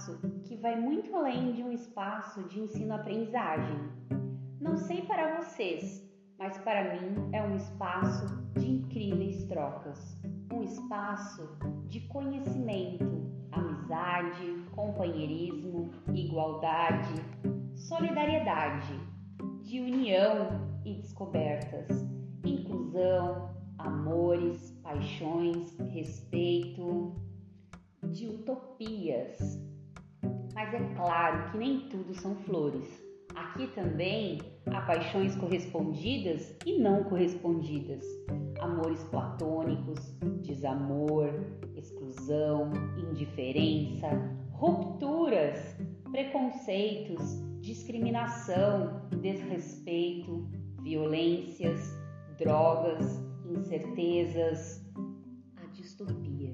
espaço que vai muito além de um espaço de ensino-aprendizagem. Não sei para vocês, mas para mim é um espaço de incríveis trocas, um espaço de conhecimento, amizade, companheirismo, igualdade, solidariedade, de união e descobertas, inclusão, amores, paixões, respeito, de utopias. Mas é claro que nem tudo são flores. Aqui também há paixões correspondidas e não correspondidas, amores platônicos, desamor, exclusão, indiferença, rupturas, preconceitos, discriminação, desrespeito, violências, drogas, incertezas, a distopia.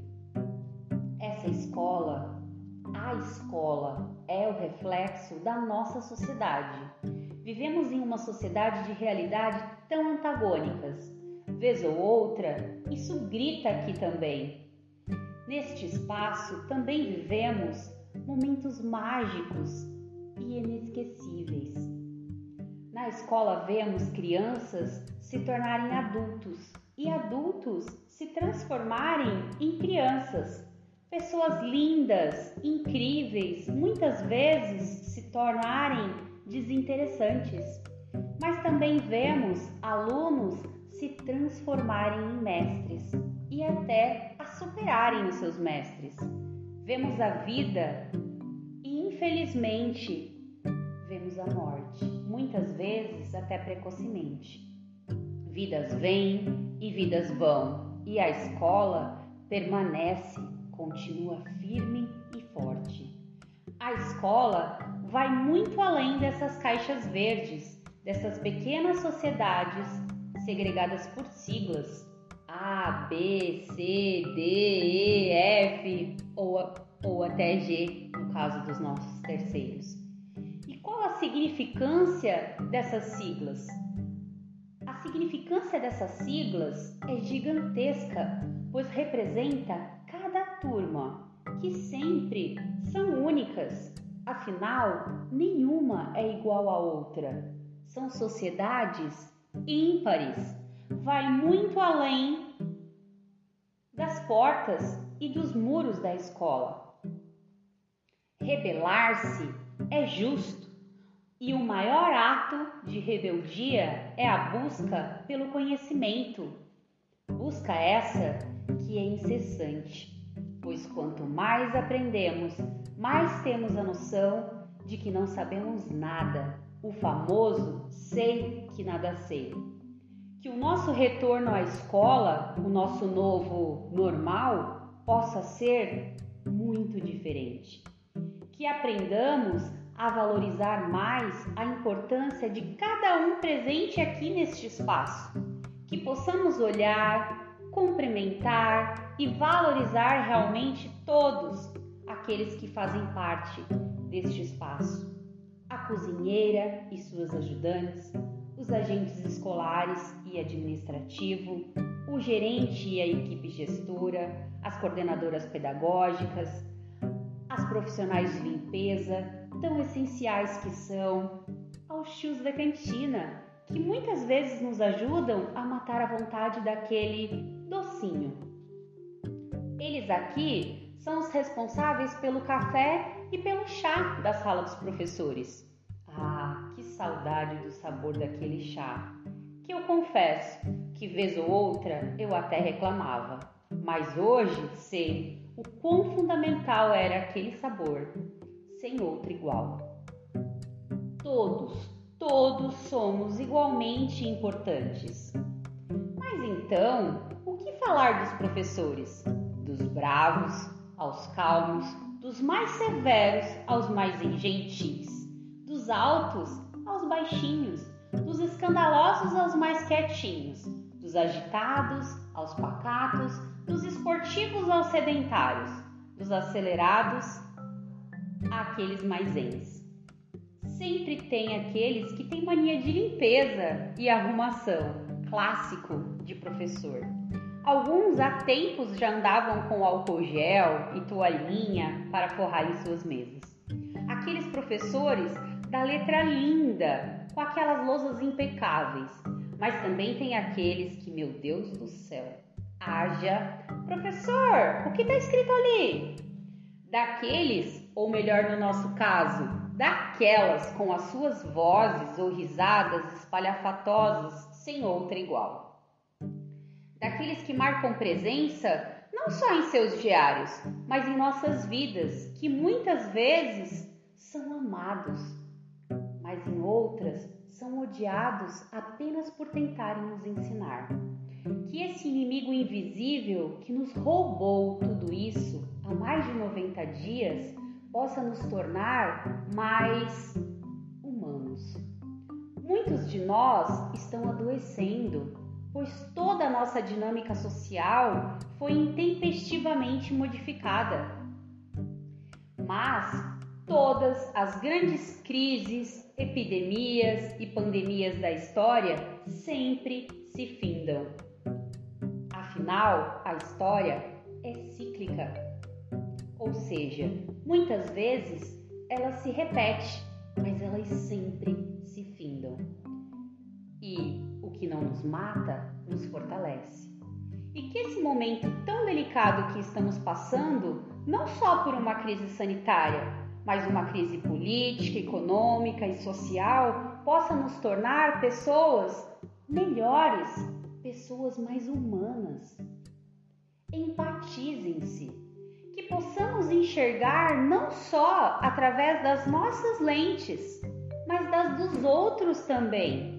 A escola é o reflexo da nossa sociedade. Vivemos em uma sociedade de realidades tão antagônicas. Vez ou outra, isso grita aqui também. Neste espaço também vivemos momentos mágicos e inesquecíveis. Na escola vemos crianças se tornarem adultos e adultos se transformarem em crianças. Pessoas lindas, incríveis, muitas vezes se tornarem desinteressantes. Mas também vemos alunos se transformarem em mestres e até a superarem os seus mestres. Vemos a vida e, infelizmente, vemos a morte, muitas vezes até precocemente. Vidas vêm e vidas vão, e a escola permanece, continua firme e forte. A escola vai muito além dessas caixas verdes, dessas pequenas sociedades segregadas por siglas A, B, C, D, E, F ou até G, no caso dos nossos terceiros. E qual a significância dessas siglas? A significância dessas siglas é gigantesca, pois representa cada turma, que sempre são únicas, afinal, nenhuma é igual à outra. São sociedades ímpares, vai muito além das portas e dos muros da escola. Rebelar-se é justo, e o maior ato de rebeldia é a busca pelo conhecimento. Busca essa que é incessante, pois quanto mais aprendemos, mais temos a noção de que não sabemos nada, o famoso sei que nada sei. Que o nosso retorno à escola, o nosso novo normal, possa ser muito diferente. Que aprendamos a valorizar mais a importância de cada um presente aqui neste espaço. Que possamos olhar, cumprimentar e valorizar realmente todos aqueles que fazem parte deste espaço. A cozinheira e suas ajudantes, os agentes escolares e administrativo, o gerente e a equipe gestora, as coordenadoras pedagógicas, as profissionais de limpeza, tão essenciais que são, aos tios da cantina, que muitas vezes nos ajudam a matar a vontade daquele docinho. Eles aqui são os responsáveis pelo café e pelo chá da sala dos professores. Ah, que saudade do sabor daquele chá, que eu confesso que vez ou outra eu até reclamava, mas hoje sei o quão fundamental era aquele sabor, sem outro igual. Todos somos igualmente importantes. Mas então, o que falar dos professores? Dos bravos aos calmos, dos mais severos aos mais gentis, dos altos aos baixinhos, dos escandalosos aos mais quietinhos, dos agitados aos pacatos, dos esportivos aos sedentários, dos acelerados àqueles mais zens. Sempre tem aqueles que têm mania de limpeza e arrumação, clássico de professor. Alguns há tempos já andavam com álcool gel e toalhinha para forrar em suas mesas. Aqueles professores da letra linda, com aquelas lousas impecáveis. Mas também tem aqueles que, meu Deus do céu, haja, professor, o que está escrito ali? Daqueles, ou melhor no nosso caso, daquelas com as suas vozes ou risadas espalhafatosas sem outra igual. Daqueles que marcam presença não só em seus diários, mas em nossas vidas, que muitas vezes são amados, mas em outras são odiados apenas por tentarem nos ensinar. Que esse inimigo invisível que nos roubou tudo isso há mais de 90 dias possa nos tornar mais humanos. Muitos de nós estão adoecendo, pois toda a nossa dinâmica social foi intempestivamente modificada. Mas todas as grandes crises, epidemias e pandemias da história sempre se findam. Afinal, a história é cíclica, ou seja, muitas vezes ela se repete, mas elas sempre se findam. E o que não nos mata, nos fortalece. E que esse momento tão delicado que estamos passando, não só por uma crise sanitária, mas uma crise política, econômica e social, possa nos tornar pessoas melhores, pessoas mais humanas. Empatizem-se, que possamos enxergar não só através das nossas lentes, mas das dos outros também.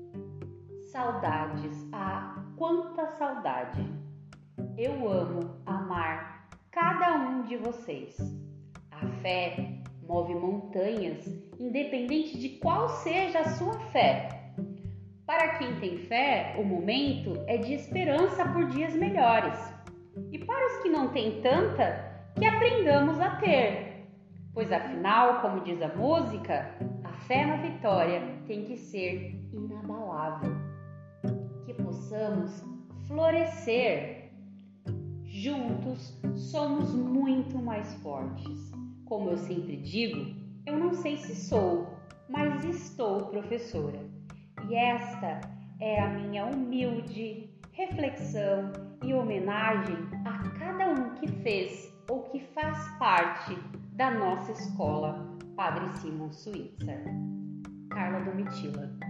Saudades, quanta saudade! Eu amo amar cada um de vocês. A fé move montanhas, independente de qual seja a sua fé. Para quem tem fé, o momento é de esperança por dias melhores. E para os que não têm tanta, que aprendamos a ter. Pois afinal, como diz a música, a fé na vitória tem que ser inabalável. Que possamos florescer. Juntos somos muito mais fortes. Como eu sempre digo, eu não sei se sou, mas estou professora. E esta é a minha humilde reflexão e homenagem a cada um que fez ou que faz parte da nossa escola Padre Simon Switzer. Carla Domitila.